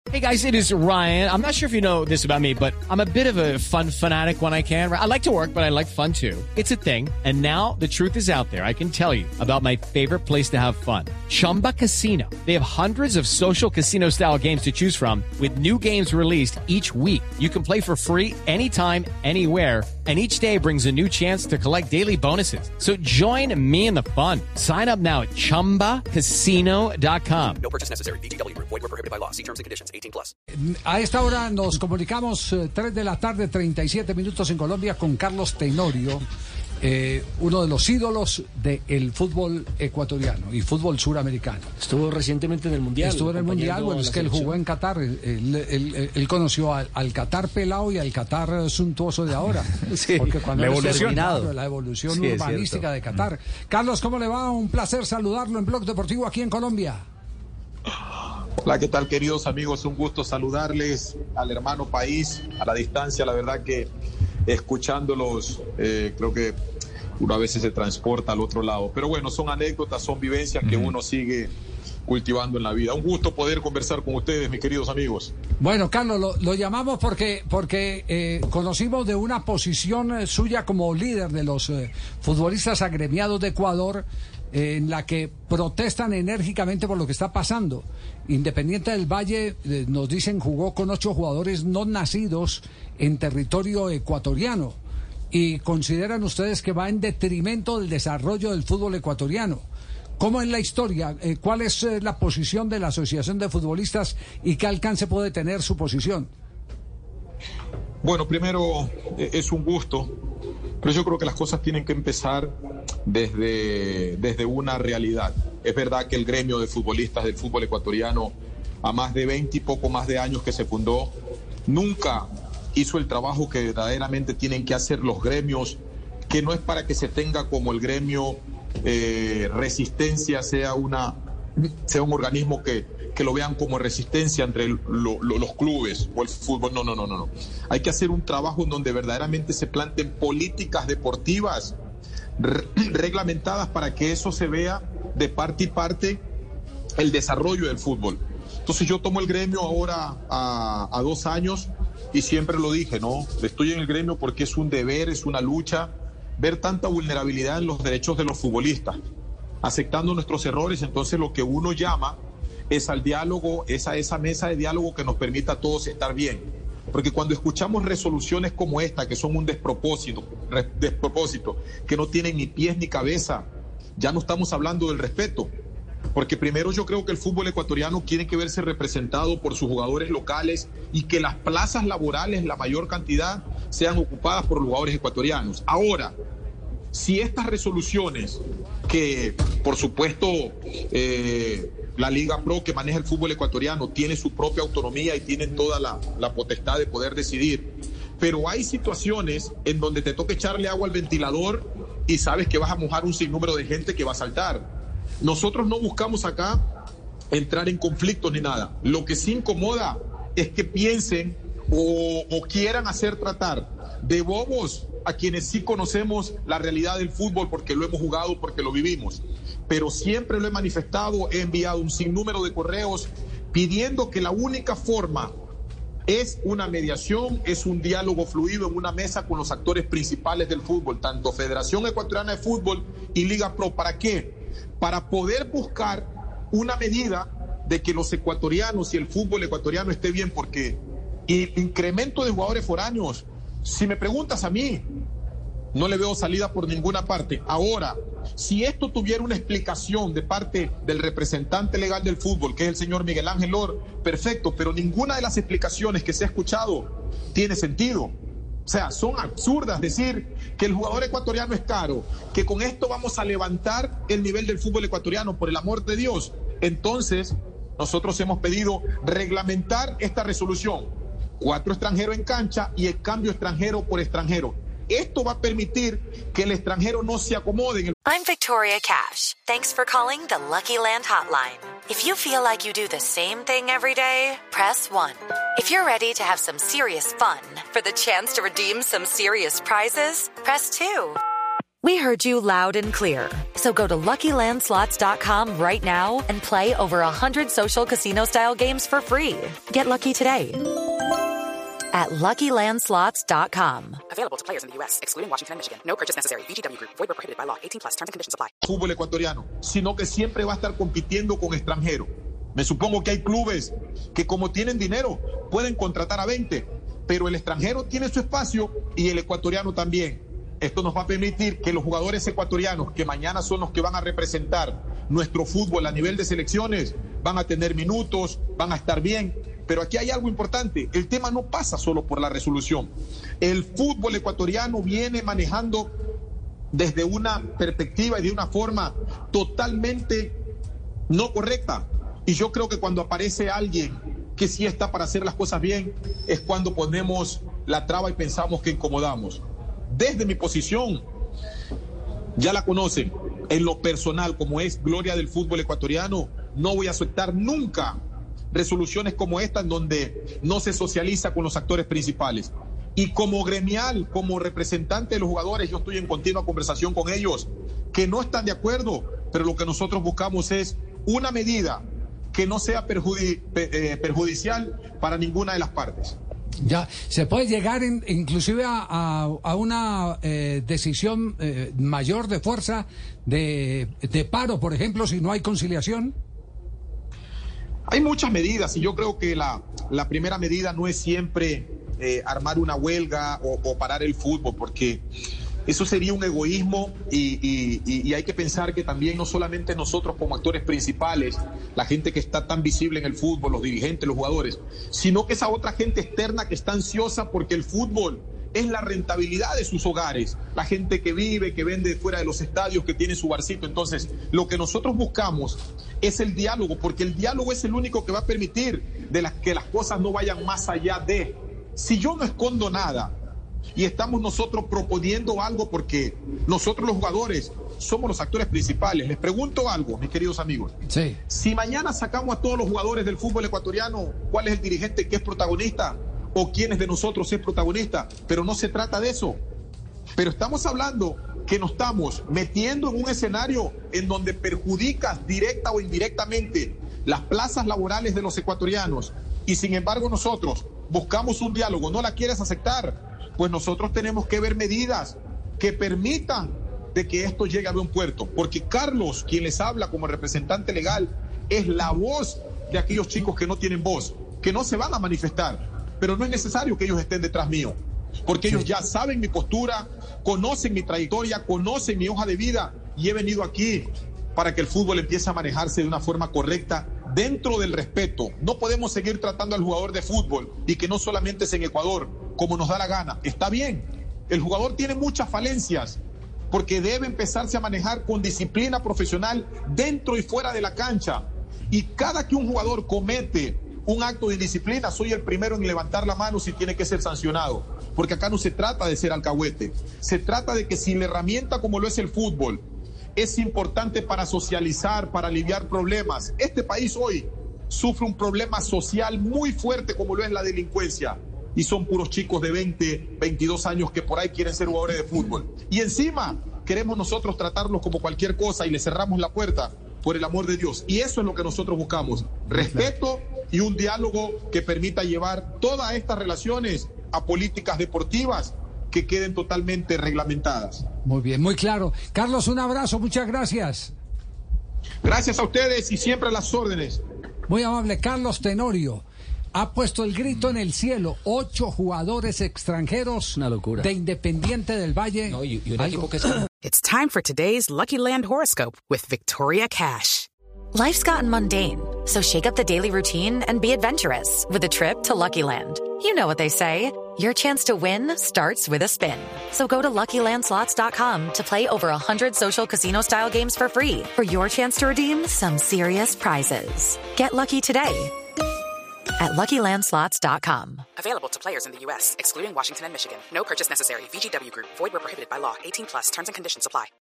Hey guys, it is Ryan. I'm not sure if you know this about me, but I'm a bit of a fun fanatic when I can. I like to work, but I like fun too. It's a thing. And now the truth is out there. I can tell you about my favorite place to have fun. Chumba Casino. They have hundreds of social casino style games to choose from with new games released each week. You can play for free anytime, anywhere. And each day brings a new chance to collect daily bonuses. So join me in the fun. Sign up now at ChumbaCasino.com. No purchase necessary. VGW. Void where prohibited by law. See terms and conditions. 18+. A esta hora nos comunicamos 3 de la tarde, 37 minutos en Colombia, con Carlos Tenorio, uno de los ídolos del fútbol ecuatoriano y fútbol suramericano. Estuvo recientemente en el Mundial. Estuvo en el Mundial, bueno, es que él jugó en Qatar. Él conoció al Qatar pelado y al Qatar suntuoso de ahora. Sí, porque cuando la evolución sí, urbanística de Qatar. Carlos, ¿cómo le va? Un placer saludarlo en Blog Deportivo aquí en Colombia. Hola, ¿qué tal, queridos amigos? Un gusto saludarles al hermano país, a la distancia. La verdad que escuchándolos, creo que uno a veces se transporta al otro lado. Pero bueno, son anécdotas, son vivencias que uno sigue cultivando en la vida. Un gusto poder conversar con ustedes, mis queridos amigos. Bueno, Carlos, lo llamamos porque conocimos de una posición suya como líder de los futbolistas agremiados de Ecuador, en la que protestan enérgicamente por lo que está pasando. Independiente del Valle, nos dicen, jugó con 8 jugadores no nacidos en territorio ecuatoriano, y consideran ustedes que va en detrimento del desarrollo del fútbol ecuatoriano. ¿Cómo es la historia? ¿Cuál es la posición de la Asociación de Futbolistas y qué alcance puede tener su posición? Bueno, primero es un gusto, pero yo creo que las cosas tienen que empezar desde una realidad. Es verdad que el gremio de futbolistas del fútbol ecuatoriano, a más de 20 y poco más de años que se fundó, nunca hizo el trabajo que verdaderamente tienen que hacer los gremios, que no es para que se tenga como el gremio Resistencia sea un organismo que lo vean como resistencia entre los clubes o el fútbol. No. Hay que hacer un trabajo en donde verdaderamente se planten políticas deportivas reglamentadas para que eso se vea de parte y parte el desarrollo del fútbol. Entonces yo tomo el gremio ahora a 2 años y siempre lo dije, ¿no? Estoy en el gremio porque es un deber, es una lucha, ver tanta vulnerabilidad en los derechos de los futbolistas, aceptando nuestros errores. Entonces lo que uno llama es al diálogo, es a esa mesa de diálogo que nos permita a todos estar bien. Porque cuando escuchamos resoluciones como esta, que son un despropósito, que no tienen ni pies ni cabeza, ya no estamos hablando del respeto. Porque primero yo creo que el fútbol ecuatoriano tiene que verse representado por sus jugadores locales y que las plazas laborales, la mayor cantidad, sean ocupadas por los jugadores ecuatorianos. Ahora, si estas resoluciones, que por supuesto la Liga Pro, que maneja el fútbol ecuatoriano, tiene su propia autonomía y tienen toda la potestad de poder decidir, pero hay situaciones en donde te toca echarle agua al ventilador y sabes que vas a mojar un sinnúmero de gente que va a saltar. Nosotros no buscamos acá entrar en conflictos ni nada. Lo que sí incomoda es que piensen o quieran hacer tratar de bobos a quienes sí conocemos la realidad del fútbol porque lo hemos jugado, porque lo vivimos. Pero siempre lo he manifestado, he enviado un sinnúmero de correos pidiendo que la única forma es una mediación, es un diálogo fluido en una mesa con los actores principales del fútbol, tanto Federación Ecuatoriana de Fútbol y Liga Pro. ¿Para qué? Para poder buscar una medida de que los ecuatorianos y el fútbol ecuatoriano esté bien, porque el incremento de jugadores foráneos, si me preguntas a mí, no le veo salida por ninguna parte. Ahora, si esto tuviera una explicación de parte del representante legal del fútbol, que es el señor Miguel Ángel Or, perfecto, pero ninguna de las explicaciones que se ha escuchado tiene sentido. O sea, son absurdas decir que el jugador ecuatoriano es caro, que con esto vamos a levantar el nivel del fútbol ecuatoriano, por el amor de Dios. Entonces, nosotros hemos pedido reglamentar esta resolución. 4 extranjeros en cancha y el cambio extranjero por extranjero. Esto va a permitir que el extranjero no se acomode. I'm Victoria Cash. Thanks for calling the Lucky Land Hotline. If you feel like you do the same thing every day, press 1. If you're ready to have some serious fun for the chance to redeem some serious prizes, press 2. We heard you loud and clear. So go to LuckyLandSlots.com right now and play over 100 social casino-style games for free. Get lucky today at LuckyLandSlots.com. Available to players in the U.S., excluding Washington and Michigan. No purchase necessary. VGW Group. Void where prohibited by law. 18+. Terms and conditions apply. Fútbol ecuatoriano, sino que siempre va a estar compitiendo con extranjeros. Me supongo que hay clubes que, como tienen dinero, pueden contratar a 20, pero el extranjero tiene su espacio y el ecuatoriano también. Esto nos va a permitir que los jugadores ecuatorianos, que mañana son los que van a representar nuestro fútbol a nivel de selecciones, van a tener minutos, van a estar bien. Pero aquí hay algo importante, el tema no pasa solo por la resolución. El fútbol ecuatoriano viene manejando desde una perspectiva y de una forma totalmente no correcta. Y yo creo que cuando aparece alguien que sí está para hacer las cosas bien, es cuando ponemos la traba y pensamos que incomodamos. Desde mi posición, ya la conocen, en lo personal, como es gloria del fútbol ecuatoriano, no voy a aceptar nunca resoluciones como esta en donde no se socializa con los actores principales. Y como gremial, como representante de los jugadores, yo estoy en continua conversación con ellos, que no están de acuerdo, pero lo que nosotros buscamos es una medida que no sea perjudicial para ninguna de las partes. Ya, se puede llegar inclusive a una decisión mayor de fuerza de paro, por ejemplo, si no hay conciliación. Hay muchas medidas y yo creo que la primera medida no es siempre armar una huelga o parar el fútbol, porque eso sería un egoísmo y hay que pensar que también no solamente nosotros como actores principales, la gente que está tan visible en el fútbol, los dirigentes, los jugadores, sino que esa otra gente externa que está ansiosa porque el fútbol es la rentabilidad de sus hogares, la gente que vive, que vende fuera de los estadios, que tiene su barcito. Entonces, lo que nosotros buscamos es el diálogo, porque el diálogo es el único que va a permitir que las cosas no vayan más allá de... Si yo no escondo nada y estamos nosotros proponiendo algo, porque nosotros los jugadores somos los actores principales. Les pregunto algo, mis queridos amigos. Sí. Si mañana sacamos a todos los jugadores del fútbol ecuatoriano, ¿cuál es el dirigente que es protagonista? ¿O quiénes de nosotros es protagonista? Pero no se trata de eso. Pero estamos hablando que nos estamos metiendo en un escenario en donde perjudicas directa o indirectamente las plazas laborales de los ecuatorianos, y sin embargo nosotros buscamos un diálogo, no la quieres aceptar, pues nosotros tenemos que ver medidas que permitan de que esto llegue a buen puerto, porque Carlos, quien les habla como representante legal, es la voz de aquellos chicos que no tienen voz, que no se van a manifestar, pero no es necesario que ellos estén detrás mío, porque ellos ya saben mi postura, conocen mi trayectoria, conocen mi hoja de vida, y he venido aquí para que el fútbol empiece a manejarse de una forma correcta dentro del respeto. No podemos seguir tratando al jugador de fútbol y que no solamente es en Ecuador, como nos da la gana. Está bien, el jugador tiene muchas falencias, porque debe empezarse a manejar con disciplina profesional dentro y fuera de la cancha. Y cada que un jugador comete un acto de indisciplina, soy el primero en levantar la mano si tiene que ser sancionado, porque acá no se trata de ser alcahuete, se trata de que si la herramienta como lo es el fútbol es importante para socializar, para aliviar problemas, este país hoy sufre un problema social muy fuerte como lo es la delincuencia, y son puros chicos de 20, 22 años que por ahí quieren ser jugadores de fútbol, y encima queremos nosotros tratarlos como cualquier cosa y le cerramos la puerta. Por el amor de Dios, y eso es lo que nosotros buscamos, respeto y un diálogo que permita llevar todas estas relaciones a políticas deportivas que queden totalmente reglamentadas. Muy bien, muy claro. Carlos, un abrazo, muchas gracias. Gracias a ustedes y siempre a las órdenes. Muy amable. Carlos Tenorio ha puesto el grito en el cielo. 8 jugadores extranjeros. Una locura. De Independiente del Valle. No, y un equipo que está... It's time for today's Lucky Land horoscope with Victoria Cash. Life's gotten mundane, so shake up the daily routine and be adventurous with a trip to Lucky Land. You know what they say, your chance to win starts with a spin. So go to LuckyLandSlots.com to play over 100 social casino-style games for free for your chance to redeem some serious prizes. Get lucky today at LuckyLandSlots.com. Available to players in the U.S., excluding Washington and Michigan. No purchase necessary. VGW Group. Void where prohibited by law. 18+. Terms and conditions apply.